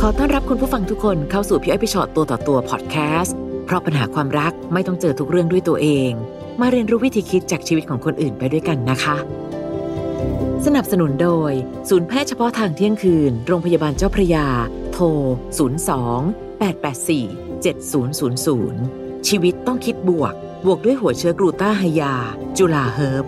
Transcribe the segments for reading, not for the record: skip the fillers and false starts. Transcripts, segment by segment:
อต้อนรับคุณผู้ฟังทุกคนเข้าสู่พี่อ้อยพี่ชอตตัวต่อตัวพอดแคสต์เพราะปัญหาความรักไม่ต้องเจอทุกเรื่องด้วยตัวเองมาเรียนรู้วิธีคิดจากชีวิตของคนอื่นไปด้วยกันนะคะสนับสนุนโดยศูนย์แพทย์เฉพาะทางเที่ยงคืนโรงพยาบาลเจ้าพระยาโทร02-884-7000ชีวิตต้องคิดบวกด้วยหัวเชื้อกลูต้าไฮยาจุฬาเฮิร์บ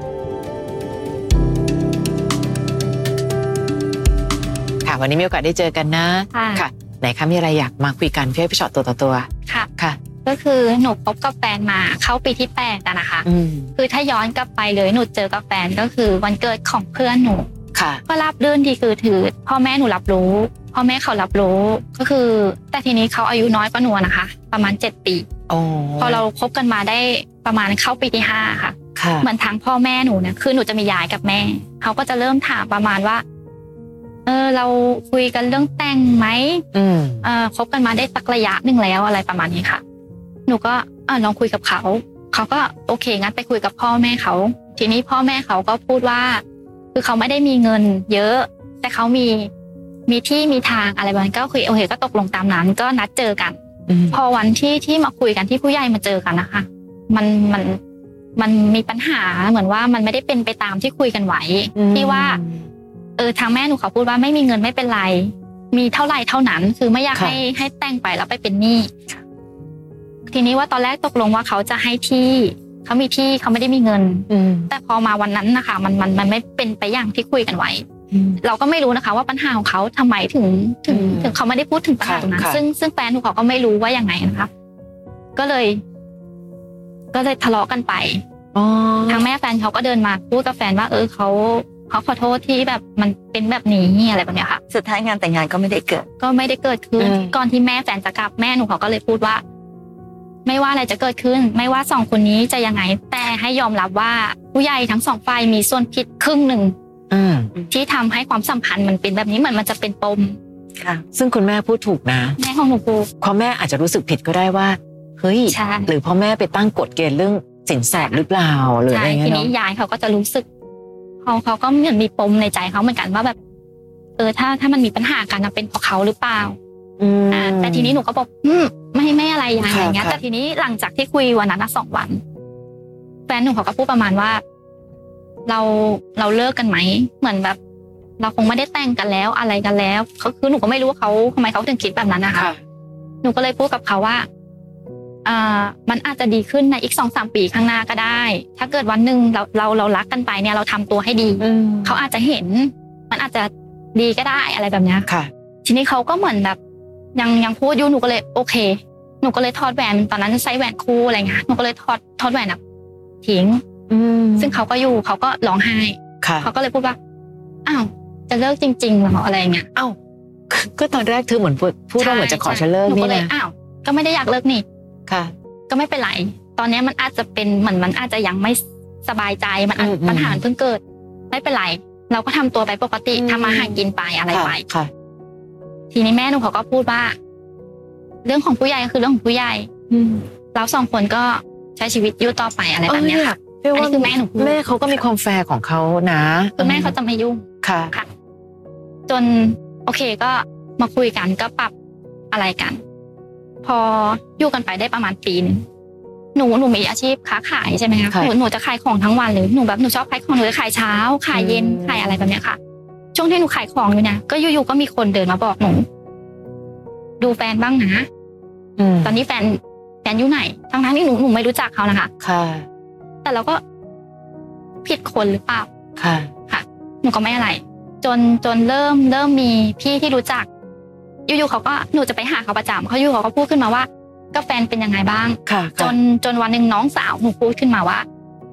ค่ะวันนี้มีโอกาสได้เจอกันนะค่ะไหนคะมีอะไรอยากมาคุยกันพี่อ้อยพี่ชอตตัวต่อตัวค่ะก็คือหนูพบกับแฟนมาเข้าปีที่8แล้วนะคะคือถ้าย้อนกลับไปเลยหนูเจอกับแฟนก็คือวันเกิดของเพื่อนหนูก็รับเรื่องที่คือถือพ่อแม่หนูรับรู้พ่อแม่เขารับรู้ก็คือแต่ทีนี้เขาอายุน้อยกว่าหนูนะคะประมาณ7 ปีพอเราคบกันมาได้ประมาณเข้าปีที่5ค่ะเหมือนทางพ่อแม่หนูเนี่ยคือหนูจะมียายกับแม่เขาก็จะเริ่มถามประมาณว่าเราคุยกันเรื่องแต่งไหมคบกันมาได้สักระยะหนึ่งแล้วอะไรประมาณนี้ค่ะหนูก็ลองคุยกับเขาก็โอเคงั้นไปคุยกับพ่อแม่เขาทีนี้พ่อแม่เขาก็พูดว่าคือเขาไม่ได้มีเงินเยอะแต่เขามีที่มีทางอะไรแบบนั้นก็คุยโอเคก็ตกลงตามนั้นก็นัดเจอกันพอวันที่มาคุยกันที่ผู้ใหญ่มาเจอกันนะคะมันมีปัญหาเหมือนว่ามันไม่ได้เป็นไปตามที่คุยกันไว้ที่ว่าทางแม่หนูเขาพูดว่าไม่มีเงินไม่เป็นไรมีเท่าไหร่เท่านั้นคือไม่อยากให้แต่งไปแล้วไปเป็นหนี้ทีนี้ว่าตอนแรกตกลงว่าเขาจะให้ที่เขามีที่เขาไม่ได้มีเงินแต่พอมาวันนั้นนะคะมันไม่เป็นไปอย่างที่คุยกันไว้เราก็ไม่รู้นะคะว่าปัญหาของเขาทำไมถึงเขาไม่ได้พูดถึงปัญหาตรงนั้นซึ่งแฟนหนูเขาก็ไม่รู้ว่ายังไงนะคะก็เลยทะเลาะกันไปทางแม่แฟนเขาก็เดินมาพูดกับแฟนว่าเขาขอโทษที่แบบมันเป็นแบบนี้อะไรแบบนี้ค่ะสุดท้ายงานแต่งงานก็ไม่ได้เกิดขึ้นก่อนที่แม่แฟนจะกลับแม่หนูเขาก็เลยพูดว่าไม่ว่าอะไรจะเกิดขึ้นไม่ว่า2 คนนี้จะยังไงแต่ให้ยอมรับว่าผู้ใหญ่ทั้ง2 ฝ่ายมีส่วนผิดครึ่งหนึ่งที่ทำให้ความสัมพันธ์มันเป็นแบบนี้เหมือนมันจะเป็นปมค่ะซึ่งคุณแม่พูดถูกนะแม่ของหนูพูดพ่อแม่อาจจะรู้สึกผิดก็ได้ว่าเฮ้ยหรือพ่อแม่ไปตั้งกฎเกณฑ์เรื่องสินสอดหรือเปล่าหรืออะไรเงี้ยทีนี้ยายเขาก็จะรู้สึกเขาก็เหมือนมีปมในใจเขาเหมือนกันว่าแบบถ้ามันมีปัญหากันเป็นเพราะเขาหรือเปล่าแต่ทีนี้หนูก็บอกไม่อะไรอย่างเงี้ยแต่ทีนี้หลังจากที่คุยวันนั้น2 วันแฟนหนูเขาก็พูดประมาณว่าเราเลิกกันไหมเหมือนแบบเราคงไม่ได้แต่งกันแล้วอะไรกันแล้วคือหนูก็ไม่รู้ว่าเขาทำไมเขาถึงคิดแบบนั้นนะคะหนูก็เลยพูดกับเขาว่ามันอาจจะดีขึ้นในอีก 2-3 ปีข้างหน้าก็ได้ถ้าเกิดวันหนึ่งเรารักกันไปเนี่ยเราทำตัวให้ดีเขาอาจจะเห็นมันอาจจะดีก็ได้อะไรแบบนี้ทีนี้เขาก็เหมือนแบบยังพูดอยู่หนูก็เลยโอเคหนูก็เลยถอดแหวนตอนนั้นใส่แหวนคู่อะไรเงี้ยหนูก็เลยถอดแหวนทิ้งซึ่งเขาก็อยู่เขาก็ร้องไห้เขาก็เลยพูดว่าอ้าวจะเลิกจริงๆเหรออะไรเงี้ยอ้าวก็ตอนแรกเธอเหมือนพูดว่าเหมือนจะขอฉันเลิกนี่นะอ้าวก็ไม่ได้อยากเลิกนี่ค่ะก็ไม่เป็นไรตอนนี้มันอาจจะเป็นเหมือนมันอาจจะยังไม่สบายใจมันปัญหาเพิ่งเกิดไม่เป็นไรเราก็ทำตัวไปปกติทำมาหากินไปอะไรไปทีนี้แม่หนูเขาก็พูดว่าเรื่องของผู้ใหญ่ก็คือเรื่องของผู้ใหญ่เรา2 คนก็ใช้ชีวิตอยู่ต่อไปอะไรแบบนี้ค่ะอันนี้คือแม่หนูแม่เขาก็มีความแฟร์ของเขานะคือแม่เขาจะไม่ยุ่งค่ะจนโอเคก็มาคุยกันก็ปรับอะไรกันพออยู่กันไปได้ประมาณปีนึงหนูมีอาชีพค้าขายใช่ไหมคะหนูจะขายของทั้งวันเลยหนูชอบขายของหนูจะขายเช้าขายเย็นขายอะไรแบบนี้ค่ะช่วงที่หนูขายของอยู่เนี่ยก็อยู่ๆก็มีคนเดินมาบอกหนูดูแฟนบ้างนะตอนนี้แฟนอยู่ไหนทั้งที่หนูไม่รู้จักเขานะคะค่ะแต่เราก็ผิดคนหรือเปล่าค่ะหนูก็ไม่อะไรจนเริ่มมีพี่ที่รู้จักอยู่ๆเขาก็หนูจะไปหาเขาประจำเขาก็พูดขึ้นมาว่าก็แฟนเป็นยังไงบ้างจนวันหนึ่งน้องสาวหนูพูดขึ้นมาว่า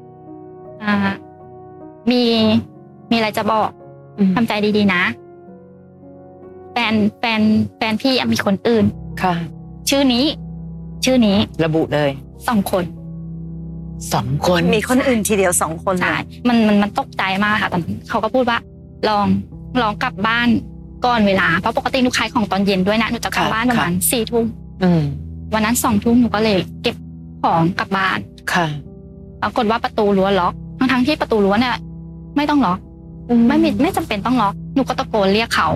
มีอะไรจะบอกทำใจดีๆนะแฟนพี่มีคนอื่นค่ะชื่อนี้ระบุเลย 2 คนมีคนอื่นทีเดียว2 คนใช่มันตกใจมากค่ะตอนเขาก็พูดว่าลองกลับบ้านก่อนเวลาเพราะปกติหนูขายของตอนเย็นด้วยนะหนูจะกลับบ้านประมาณ4 ทุ่มวันนั้น2 ทุ่มหนูก็เลยเก็บของกลับบ้านปรากฏว่าประตูรั้วล็อกทั้งที่ประตูรั้วเนี่ยไม่ต้องล็อกไม่จำเป็นต้องล็อกหนูก็ตะโกนเรียกเขา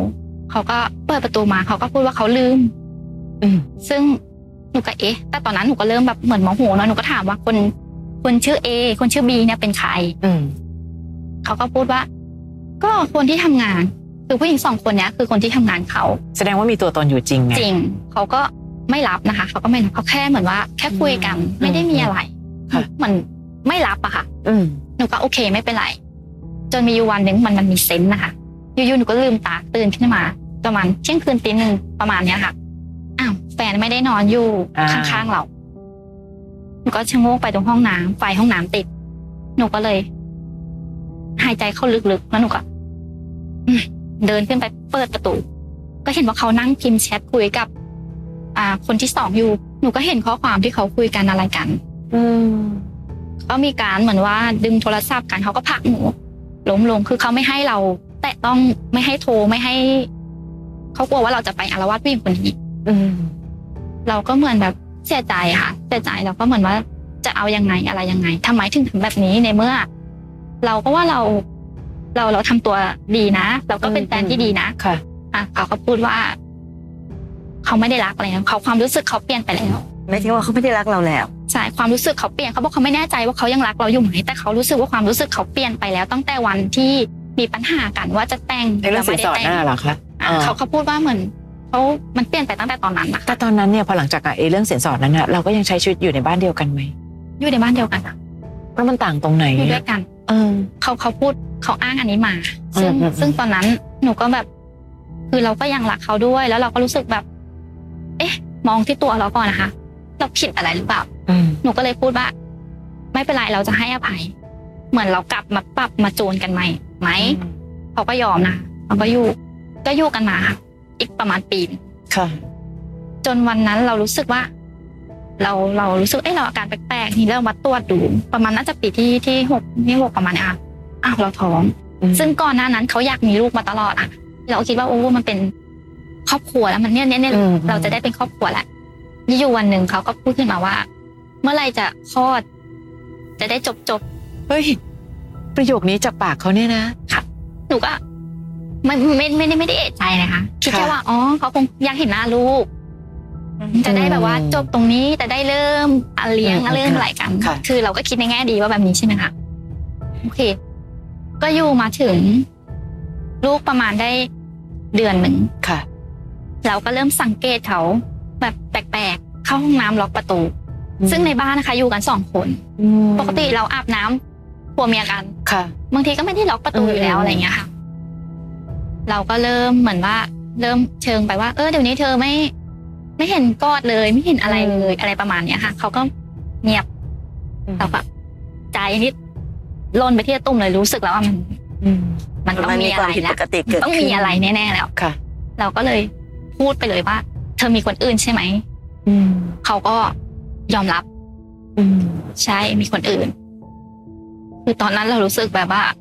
เขาก็เปิดประตูมาเขาก็พูดว่าเขาลืมซึ่งหนูก็แต่ตอนนั้นหนูก็เริ่มแบบเหมือนโมโหเนาะหนูก็ถามว่าคนชื่อเอคนชื่อบีเนี่ยเป็นใครเขาก็พูดว่าก็คนที่ทำงานคือผู้หญิง2 คนเนี้ยคือคนที่ทำงานเขาแสดงว่ามีตัวตนอยู่จริงไงจริงเขาก็ไม่รับนะคะเขาก็ไม่รับเขาแค่เหมือนว่าแค่คุยกันไม่ได้มีอะไรเหมือนไม่รับอะค่ะหนูก็โอเคไม่เป็นไรจนมีอยู่วันหนึ่งมันมีเซนส์นะคะอยู่ๆหนูก็ลืมตาตื่นขึ้นมาประมาณเที่ยงคืนตี 1ประมาณเนี้ยค่ะอ้าวแฟนไม่ได้นอนอยู่ข้างๆเราหนูก็ชะโงกไปตรงห้องน้ำไฟห้องน้ำติดหนูก็เลยหายใจเข้าลึกๆแล้วหนูก็เดินขึ้นไปเปิดประตูก็เห็นว่าเขานั่งพิมพ์แชทคุยกับคนที่2อยู่หนูก็เห็นข้อความที่เขาคุยกันอะไรกันก็มีการเหมือนว่าดึงโทรศัพท์กันเขาก็ผลักหนูล้มลงคือเขาไม่ให้เราแตะต้องไม่ให้โทรไม่ให้เขากลัวว่าเราจะไปอาละวาดผู้หญิงคนนี้เราก็เหมือนแบบเสียใจค่ะเสียใจเราก็เหมือนว่าจะเอายังไงอะไรยังไงทำไมถึงทำแบบนี้ในเมื่อเราก็ว่าเราทำตัวดีนะเราก็เป็นแฟนที่ดีนะค่ะเขาก็พูดว่าเขาไม่ได้รักอะไรเขาความรู้สึกเขาเปลี่ยนไปแล้วไม่ใช่ว่าเขาไม่ได้รักเราแล้วใช่ความรู้สึกเขาเปลี่ยนเขาบอกเขาไม่แน่ใจว่าเขายังรักเราอยู่ไหมแต่เขารู้สึกว่าความรู้สึกเขาเปลี่ยนไปแล้วตั้งแต่วันที่มีปัญหากันว่าจะแต่งหรือไม่ได้แต่งเหรอคะเขาพูดว่าเหมือนมันเปลี่ยนไปตั้งแต่ตอนนั้นนะแต่ตอนนั้นเนี่ยพอหลังจากเรื่องสินสอดนั้นเราก็ยังใช้ชีวิตอยู่ในบ้านเดียวกันไหมอยู่ในบ้านเดียวกันแล้วมันต่างตรงไหนอยู่ด้วยกันเขาพูดเขาอ้างอันนี้มาซึ่งตอนนั้นหนูก็แบบคือเราก็ยังรักเขาด้วยแล้วเราก็รู้สึกแบบมองที่ตัวเราก่อนนะคะเราผิดอะไรหรือเปล่าหนูก็เลยพูดว่าไม่เป็นไรเราจะให้อภัยเหมือนเรากลับมาปรับมาจูนกันใหม่ไหมเขาก็ยอมนะเขาก็อยู่กันมาค่ะอีกประมาณปีค่ะจนวันนั้นเรารู้สึกว่าเรารู้สึกเราอาการแปลกๆนี่เริ่มมาตรวจดูประมาณน่าจะปีที่6ประมาณนี้ค่ะอ้าวเราท้องซึ่งก่อนหน้านั้นเขาอยากมีลูกมาตลอดเราคิดว่ามันเป็นครอบครัวแล้วมันเนี่ยเราจะได้เป็นครอบครัวแล้วอยู่วันหนึ่งเขาก็พูดขึ้นมาว่าเมื่อไรจะคลอดจะได้จบเฮ้ยประโยคนี้จากปากเขาเนี่ยนะค่ะหนูก็ไม่ได้เอะใจนะคะคิดแค่ว่าเขาคงอยากเห็นหน้าลูกจะได้แบบว่าจบตรงนี้แต่ได้เริ่มเลี้ยงเริ่มอะไรกันคือเราก็คิดในแง่ดีว่าแบบนี้ใช่ไหมคะโอเคก็อยู่มาถึงลูกประมาณได้เดือนหนึ่งค่ะเราก็เริ่มสังเกตเขาแบบแปลกๆเข้าห้องน้ำล็อกประตูซึ่งในบ้านนะคะอยู่กัน2 คนปกติเราอาบน้ำผัวเมียกันบางทีก็ไม่ได้ล็อกประตูอยู่แล้วอะไรอย่างเงี้ยค่ะเราก็เริ่มเหมือนว่าเริ่มเชิงไปว่าเดี๋ยวนี้เธอไม่เห็นกอดเลยไม่เห็นอะไรเลยอะไรประมาณเนี้ยค่ะเขาก็เงียบเราแบบใจนิดล่นไปที่ตุ้มเลยรู้สึกแล้วว่ามันต้องมีอะไรแล้วต้องมีอะไรแน่ๆแล้วค่ะเราก็เลยพูดไปเลยว่าเธอมีคนอื่นใช่ไหมเขาก็ยอมรับใช่มีคนอื่นคือตอนนั้นเรารู้สึกแบบว่า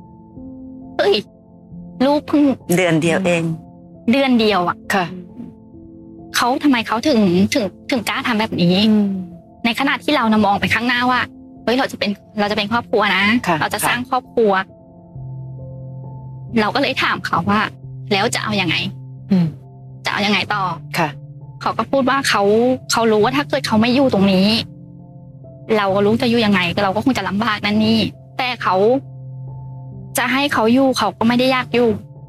ลูกเพิ่งเดือนเดียวเองเดือนเดียวค่ะเขาทำไมเขาถึงกล้าทำแบบนี้ในขณะที่เรามองไปข้างหน้าว่าเราจะเป็นครอบครัวนะเราจะสร้างครอบครัวเราก็เลยถามเขาว่าแล้วจะเอายังไงจะเอายังไงต่อค่ะเขาก็พูดว่าเขารู้ว่าถ้าเกิดเขาไม่อยู่ตรงนี้เราก็รู้จะอยู่ยังไงเราก็คงจะลำบากนั่นนี่แต่เขาจะให้เขาอยู่เขาก็ไม่ได้อยากอยู่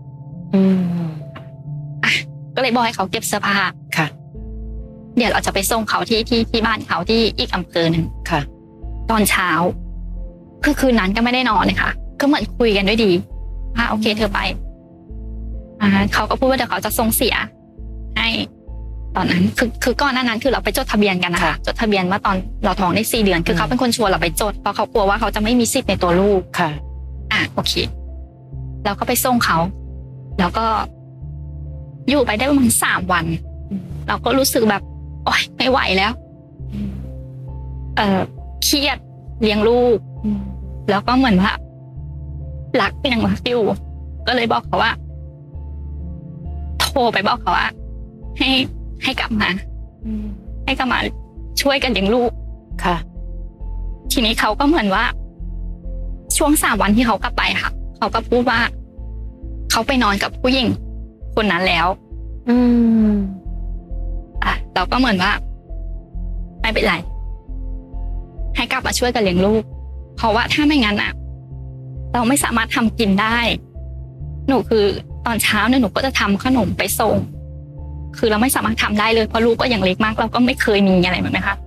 ก็เลยบอกให้เขาเก็บเสื้อผ้าค่ะเดี๋ยวเราจะไปส่งเขาที่บ้านเขาที่อีกอำเภอหนึ่งค่ะตอนเช้าคือคืนนั้นก็ไม่ได้นอนเลยค่ะก็เหมือนคุยกันด้วยดีโอเคเธอไปเขาก็พูดว่าเดี๋ยวเขาจะส่งเสียให้ตอนนั้นคือก่อนหน้านั้นคือเราไปจดทะเบียนกันนะคะจดทะเบียนว่าตอนเราท้องได้4 เดือนคือเขาเป็นคนชวนเราไปจดเพราะเขากลัวว่าเขาจะไม่มีสิทธิ์ในตัวลูกค่ะโอเคเราก็ไปส่งเขาแล้วก็อยู่ไปได้ประมาณ3 วันเราก็รู้สึกแบบโอ๊ยไม่ไหวแล้วเครียดเลี้ยงลูกแล้วก็เหมือนว่ารักยังรักอยู่ก็เลยบอกเขาว่าโทรไปบอกเขาว่าให้กลับมาช่วยกันเลี้ยงลูกค่ะทีนี้เขาก็เหมือนว่าช่วง3 วันที่เขากลับไปค่ะเขาก็พูดว่าเขาไปนอนกับผู้หญิงคนนั้นแล้วเราก็เหมือนว่าไม่เป็นไรให้กลับมาช่วยกันเลี้ยงลูกเพราะว่าถ้าไม่งั้นเราไม่สามารถทำกินได้หนูคือตอนเช้าเนี่ยหนูก็จะทำขนมไปส่งคือเราไม่สามารถทำได้เลยเพราะลูกก็ยังเล็กมากเราก็ไม่เคยมีอะไรแบบนี้ค่ะ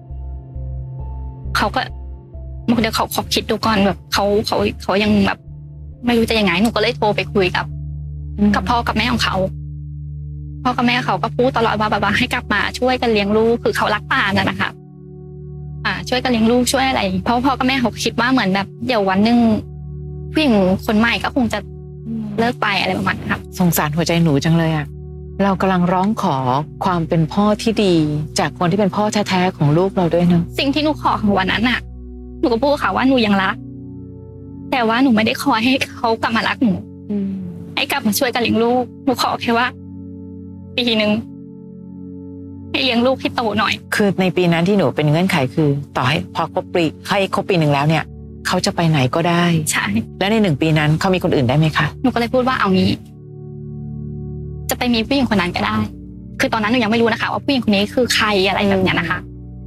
เขาก็เดี๋ยวเขาคิดดูก่อนแบบเขายังแบบไม่รู้จะยังไงหนูก็เลยโทรไปคุยกับพ่อกับแม่ของเขาพ่อกับแม่เขาก็พูดตลอดว่าให้กลับมาช่วยกันเลี้ยงลูกคือเขารักป่าน่ะนะคะช่วยกันเลี้ยงลูกช่วยอะไรเพราะพ่อกับแม่เขาคิดว่าเหมือนแบบเดี๋ยววันนึงผู้หญิงคนใหม่ก็คงจะเลิกไปอะไรประมาณนั้นครับสงสารหัวใจหนูจังเลยเรากำลังร้องขอความเป็นพ่อที่ดีจากคนที่เป็นพ่อแท้ๆของลูกเราด้วยเนาะสิ่งที่หนูขอของวันนั้นหนูก็พูดค่ะว่าหนูยังรักแต่ว่าหนูไม่ได้ขอให้เขากลับมารักหนูให้กลับมาช่วยกันเลี้ยงลูกหนูขอแค่ว่าปีนึงให้เลี้ยงลูกให้โตหน่อยคือในปีนั้นที่หนูเป็นเงื่อนไขคือต่อให้พอครบปีนึงแล้วเนี่ยเขาจะไปไหนก็ได้ใช่แล้วใน1 ปีนั้นเขามีคนอื่นได้ไหมคะหนูก็เลยพูดว่าเอางี้จะไปมีผู้หญิงคนนั้นก็ได้คือตอนนั้นหนูยังไม่รู้นะคะว่าผู้หญิงคนนี้คือใครอะไรแบบนี้นะคะ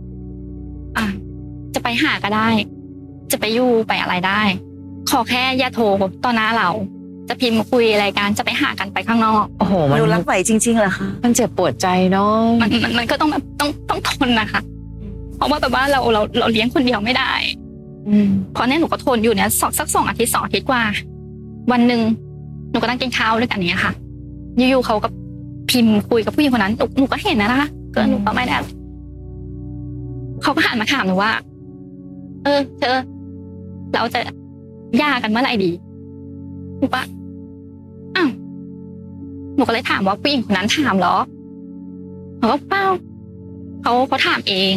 จะไปหาก็ได้จะไปอยู่ไปอะไรได้ขอแค่อย่าโทรต่อหน้าเราจะพิมพ์คุยอะไรกันจะไปหากันไปข้างนอกโอ้โหมันรักไหวจริงๆเหรอคะมันเจ็บปวดใจเนาะมันก็ต้องแบบต้องทนนะคะเพราะว่าแบบว่าเราเลี้ยงคนเดียวไม่ได้เพราะเนี่ยหนูก็ทนอยู่เนี่ยสัก2 อาทิตย์2 อาทิตย์กว่าวันนึงหนูก็นั่งกินข้าวด้วยกันเนี้ยค่ะอยู่ๆเขาก็พิมพ์คุยกับผู้หญิงคนนั้นหนูก็เห็นนะคะเกินหนูก็ไม่ได้เขาก็หันมาถามหนูว่าเธอเราจะหย่ากันเมื่อไหร่ดีหนูก็หนูก็เลยถามว่าผู้หญิงคนนั้นถามเหรอเขาก็เปล่าเขาถามเอง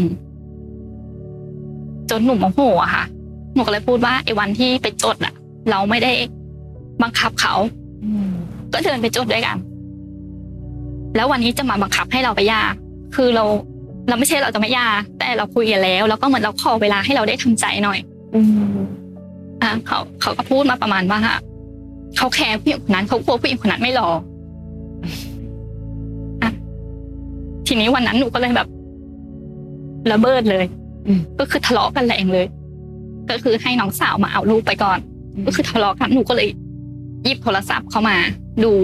จนหนูโมโหอะค่ะหนูก็เลยพูดว่าไอ้วันที่ไปจดเราไม่ได้บังคับเขาก็เดินไปจดด้วยกันแล้ววันนี้จะมาบังคับให้เราไปหย่าคือเราไม่ใช่เราจะไม่หย่าแต่เราคุยกันแล้วก็เหมือนเราขอเวลาให้เราได้ทำใจหน่อยเขาก็พูดมาประมาณว่าเขาแคร์ผู้หญิงคนนั้นเขากลัวผู้หญิงคนนั้นไม่รอทีนี้วันนั้นหนูก็เลยแบบระเบิดเลยก็คือทะเลาะกันแรงเลยก็คือให้น้องสาวมาเอาลูกไปก่อนก็คือทะเลาะกันหนูก็เลยหยิบโทรศัพท์เข้ามาดู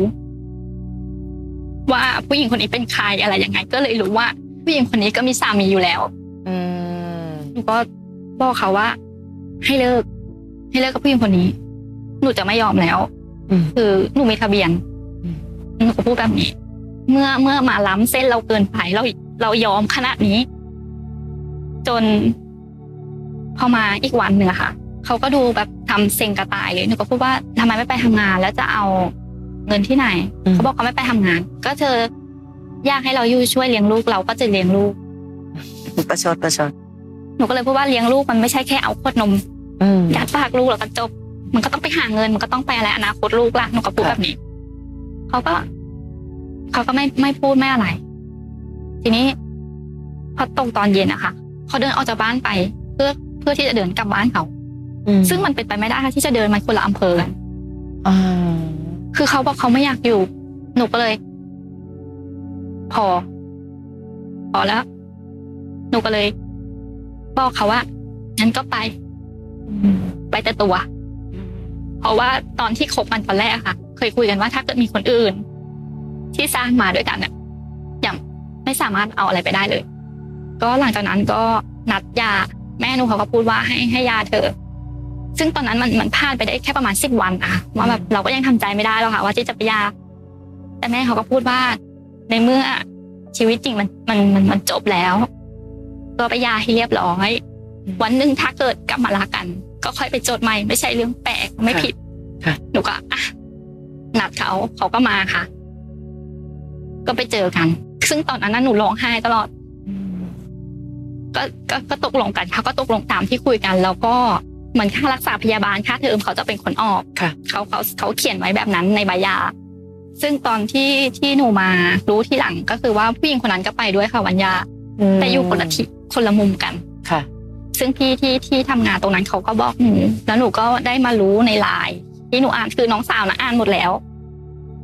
ว่าผู้หญิงคนนี้เป็นใครอะไรยังไงก็เลยรู้ว่าผู้หญิงคนนี้ก็มีสามีอยู่แล้วหนูก็บอกเขาว่าให้เลิกกับผู้หญิงคนนี้หนูจะไม่ยอมแล้วคือหนูมีทะเบียนหนูก็พูดแบบนี้เมื่อมาล้ำเส้นเราเกินไปเรายอมขนาดนี้จนพอมาอีกวันหนึ่งค่ะเขาก็ดูแบบทำเซ็งกระต่ายเลยหนูก็พูดว่าทำไมไม่ไปทำงานแล้วจะเอาเงินที่ไหนเขาบอกเขาไม่ไปทำงานก็เธออยากให้เราอยู่ช่วยเลี้ยงลูกเราก็จะเลี้ยงลูกประชดหนูก็เลยพูดว่าเลี้ยงลูกมันไม่ใช่แค่เอาขวดนมยัดปากลูกแล้วก็จบมันก็ต้องไปหาเงินมันก็ต้องไปอะไรอนาคตลูกล่ะหนูก็พูดแบบนี้เขาก็ไม่พูดไม่อะไรทีนี้พอตรงตอนเย็นอะค่ะเขาเดินออกจากบ้านไปเพื่อที่จะเดินกลับบ้านเขาซึ่งมันเป็นไปไม่ได้ค่ะที่จะเดินมาคนละอำเภอกันคือเขาบอกเขาไม่อยากอยู่หนูก็เลยพอแล้วหนูก็เลยบอกเขาว่างั้นก็ไปแต่ตัวเพราะว่าตอนที่คบกันตอนแรกค่ะเคยคุยกันว่าถ้าเกิดมีคนอื่นที่สร้างมาด้วยกันเนี่ยยังไม่สามารถเอาอะไรไปได้เลยก็หลังจากนั้นก็นัดยาแม่หนูเขาก็พูดว่าให้ยาเธอซึ่งตอนนั้นมันพลาดไปได้แค่ประมาณ10 วันว่าแบบเราก็ยังทำใจไม่ได้แล้วค่ะว่าที่จะไปยาแต่แม่เขาก็พูดว่าในเมื่อชีวิตจริงมันจบแล้วก็ไปยาให้เรียบร้อยวันนึงถ้าเกิดกลับมารักกันก็ค่อยไปจดใหม่ไม่ใช่เรื่องแปลกไม่ผิดหนูก็นัดเขาก็มาค่ะก็ไปเจอกันซึ่งตอนนั้นหนูร้องไห้ตลอดก็ตกลงกันเขาก็ตกลงตามที่คุยกันแล้วก็เหมือนค่ารักษาพยาบาลค่าเทอมเขาจะเป็นคนออกเขาเขียนไว้แบบนั้นในใบยาซึ่งตอนที่หนูมารู้ทีหลังก็คือว่าผู้หญิงคนนั้นก็ไปด้วยค่ะวันยาแต่อยู่คนละมุมกันค่ะซึ่งพี่ที่ทำงานตรงนั้นเขาก็บอกหนูแล้วหนูก็ได้มารู้ในไลน์ที่หนูอ่านคือน้องสาวนะอ่านหมดแล้ว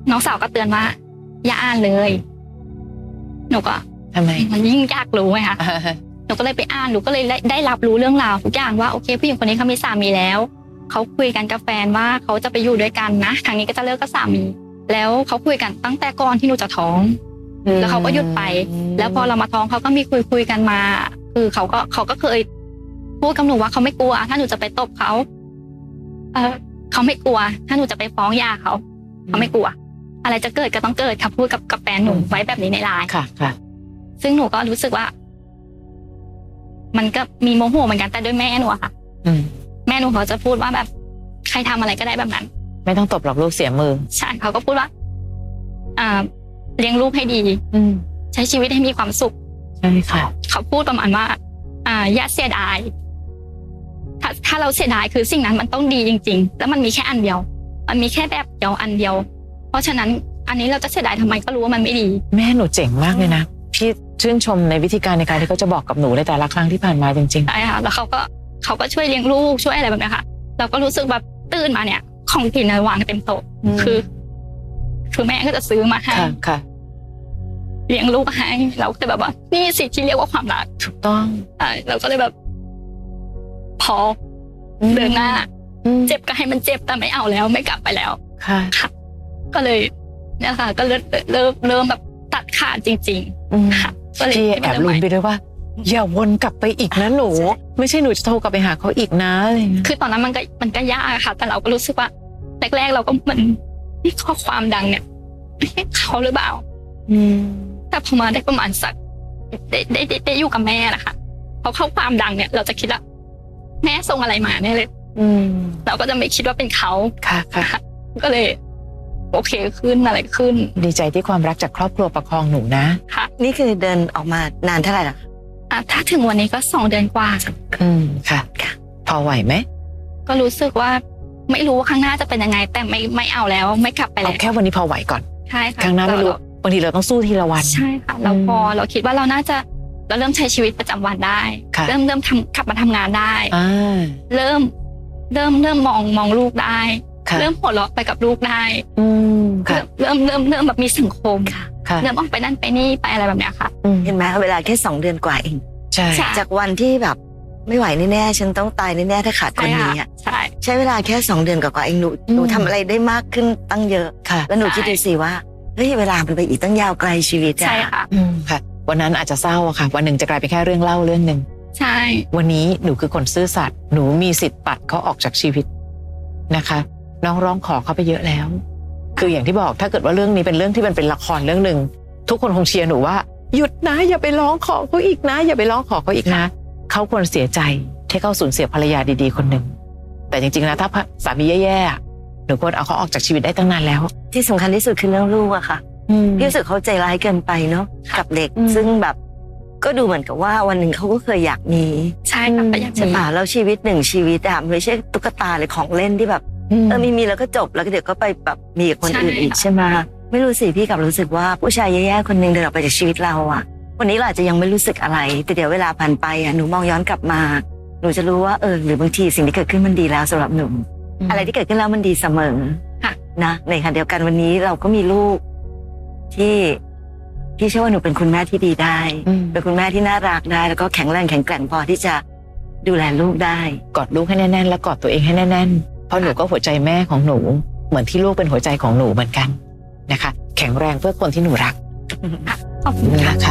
น้องสาวก็เตือนว่าอย่าอ่านเลยหนูก็ทำไมมันยิ่งยากรู้ไงคะหนูก็เลยไปอ่านหนูก็เลยได้รับรู้เรื่องราวทุกอย่างว่าโอเคผู้หญิงคนนี้เขามีสามีแล้วเขาคุยกันกับแฟนว่าเขาจะไปอยู่ด้วยกันนะทางนี้ก็จะเลิกกับสามีแล้วเขาคุยกันตั้งแต่ก่อนที่หนูจะท้องแล้วเขาก็หยุดไปแล้วพอเรามาท้องเขาก็มีคุยกันมาคือเขาก็เคยพูดกับหนูว่าเขาไม่กลัวถ้าหนูจะไปตบเขาเขาไม่กลัวถ้าหนูจะไปฟ้องหย่าเขาไม่กลัวอะไรจะเกิดก็ต้องเกิดค่ะพูดกับแฟนหนูไว้แบบนี้ในไลน์ค่ะซึ่งหนูก็รู้สึกว่ามันก็มีโมโหเหมือนกันแต่ด้วยแม่หนูอะค่ะแม่หนูเขาจะพูดว่าแบบใครทำอะไรก็ได้แบบนั้นไม่ต้องตบหรอกลูกเสียมือใช่เขาก็พูดว่าเลี้ยงลูกให้ดีใช้ชีวิตให้มีความสุขใช่ค่ะเขาพูดประมาณว่าอย่าเสียดายถ้าเราเสียดายคือสิ่งนั้นมันต้องดีจริงๆแล้วมันมีแค่อันเดียวมันมีแค่แบบเดียวอันเดียวเพราะฉะนั้นอันนี้เราจะเสียดายทำไมก็รู้ว่ามันไม่ดีแม่หนูเจ๋งมากเลยนะพี่ชื่นชมในวิธีการในการที่เขาจะบอกกับหนูในแต่ละครั้งที่ผ่านมาจริงๆใช่ค่ะแล้วเขาก็ช่วยเลี้ยงลูกช่วยอะไรแบบนี้ค่ะเราก็รู้สึกแบบตื่นมาเนี่ยของกินวางเต็มโต๊ะคือแม่ก็จะซื้อมาให้ค่ะเลี้ยงลูกให้เราก็แบบว่านี่สิ่งที่เรียกว่าความรักถูกต้องเราก็เลยแบบพอเดินหน้าเจ็บก็ให้มันเจ็บแต่ไม่เอาแล้วไม่กลับไปแล้วค่ะก็เลยเนี่ยค่ะก็เริ่มแบบตัดขาดจริงๆค่ะก็เลยแอบลุ้นไปด้วยว่าอย่าวนกลับไปอีกนะหนูไม่ใช่หนูจะโทรกลับไปหาเขาอีกนะอะไรเงี้ยคือตอนนั้นมันก็ยากค่ะแต่เราก็รู้สึกว่าแรกๆเราก็เหมือนที่ข้อความดังเนี่ยเขาหรือเปล่าแต่พอมาได้ประมาณสักได้อยู่กับแม่นะคะพอเข้าความดังเนี่ยเราจะคิดว่าแม่ส่งอะไรมาเนี่ยเลยเราก็จะไม่คิดว่าเป็นเขาค่ะก็เลยโอเคขึ้นอะไรขึ้นดีใจที่ความรักจากครอบครัวประคองหนูนะค่ะนี่คือเดินออกมานานเท่าไหร่ล่ะถ้าถึงวันนี้ก็2 เดือนกว่าค่ะพอไหวไหมก็รู้สึกว่าไม่รู้ว่าข้างหน้าจะเป็นยังไงแต่ไม่เอาแล้วไม่กลับไปแล้วเอาแค่วันนี้พอไหวก่อนใช่ค่ะข้างหน้าไม่รู้บางทีเราต้องสู้ทีละวันใช่ค่ะเราคิดว่าเราน่าจะเราเริ่มใช้ชีวิตประจำวันได้เริ่มกลับมาทำงานได้เริ่มมองลูกได้เริ่มหัวเราะไปกับลูกได้เริ่มแบบมีสังคมเริ่มออกไปนั่นไปนี่ไปอะไรแบบเนี้ยค่ะเห็นไหมเวลาแค่2 เดือนกว่าเองใช่จากวันที่แบบไม่ไหวแน่ๆฉันต้องตายแน่ๆถ้าขาดคนนี้ใช้เวลาแค่2 เดือนกว่าเองหนูทำอะไรได้มากขึ้นตั้งเยอะแล้วหนูคิดดูสิว่าเฮ้ยเวลามันไปอีกตั้งยาวไกลชีวิตใช่ค่ะค่ะวันนั้นอาจจะเศร้าอะค่ะวันหนึ่งจะกลายเป็นแค่เรื่องเล่าเรื่องนึงใช่วันนี้หนูคือคนซื่อสัตย์หนูมีสิทธิ์ปัดเขาออกจากชีวิตนะคะน้องร้องขอเขาไปเยอะแล้วคืออย่างที่บอกถ้าเกิดว่าเรื่องนี้เป็นเรื่องที่มันเป็นละครเรื่องนึงทุกคนคงเชียร์หนูว่าหยุดนะอย่าไปร้องขอเขาอีกนะอย่าไปร้องขอเขาอีกนะเขาควรเสียใจที่เขาสูญเสียภรรยาดีๆคนหนึ่งแต่จริงๆนะถ้าสามีแย่ๆหนูควรเอาเขาออกจากชีวิตได้ตั้งนานแล้วที่สำคัญที่สุดคือเรื่องลูกอะค่ะพี่รู้สึกเขาใจร้ายเกินไปเนาะกับเด็กซึ่งแบบก็ดูเหมือนกับว่าวันหนึ่งเขาก็เคยอยากมีใช่ค่ะอยากจะมีแล้วชีวิต1 ชีวิตอะไม่ใช่ตุ๊กตาหรือของเล่นที่แบบมีแล้วก็จบแล้วก็เดี๋ยวก็ไปแบบมีกับคนอื่นอีกใช่ไหมไม่รู้สิพี่กับรู้สึกว่าผู้ชายแย่ๆคนนึงเดินออกไปจากชีวิตเราอะวันนี้เราอาจจะยังไม่รู้สึกอะไรแต่เดี๋ยวเวลาผ่านไปอะหนูมองย้อนกลับมาหนูจะรู้ว่าหรือบางทีสิ่งที่เกิดขึ้นมันดีแล้วสำหรับหนูอะไรที่เกิดขึ้นแล้วมันดีเสมอนะในขณะเดียวกันวันนี้เราก็มีลูกที่พี่เชื่อว่าหนูเป็นคุณแม่ที่ดีได้เป็นคุณแม่ที่น่ารักได้แล้วก็แข็งแรงแข็งแกร่งพอที่จะดูแลลูกได้กอดลูกให้แน่นๆแล้วกอดตัวเองให้แน่นๆเพราะหนูก็หัวใจแม่ของหนูเหมือนที่ลูกเป็นหัวใจของหนูเหมือนกันนะคะแข็งแรงเพื่อคนที่หนูรักขอบคุณนะคะ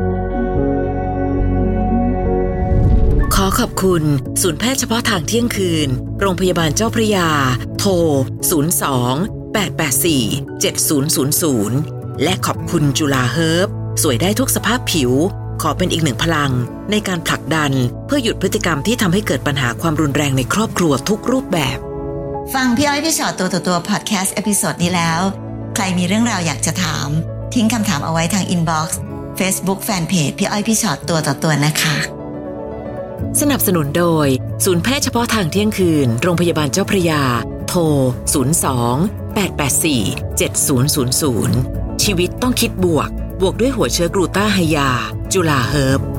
ขอขอบคุณศูนย์แพทย์เฉพาะทางเที่ยงคืนโรงพยาบาลเจ้าพระยาโทร02-884-7000และขอบคุณจุฬาเฮิร์บสวยได้ทุกสภาพผิวขอเป็นอีกหนึ่งพลังในการผลักดันเพื่อหยุดพฤติกรรมที่ทำให้เกิดปัญหาความรุนแรงในครอบครัวทุกรูปแบบฟังพี่อ้อยพี่ชอตตัวต่อตัวพอดแคสต์เอพิโซดนี้แล้วใครมีเรื่องราวอยากจะถามทิ้งคำถามเอาไว้ทางอินบ็อกซ์ Facebook Fanpage พี่อ้อยพี่ชอตตัวต่อตัวนะคะสนับสนุนโดยศูนย์แพทย์เฉพาะทางเที่ยงคืนโรงพยาบาลเจ้าพระยาโทร02-884-7000ชีวิตต้องคิดบวกด้วยหัวเชื้อกลูต้าไฮยาจุฬาเฮิร์บ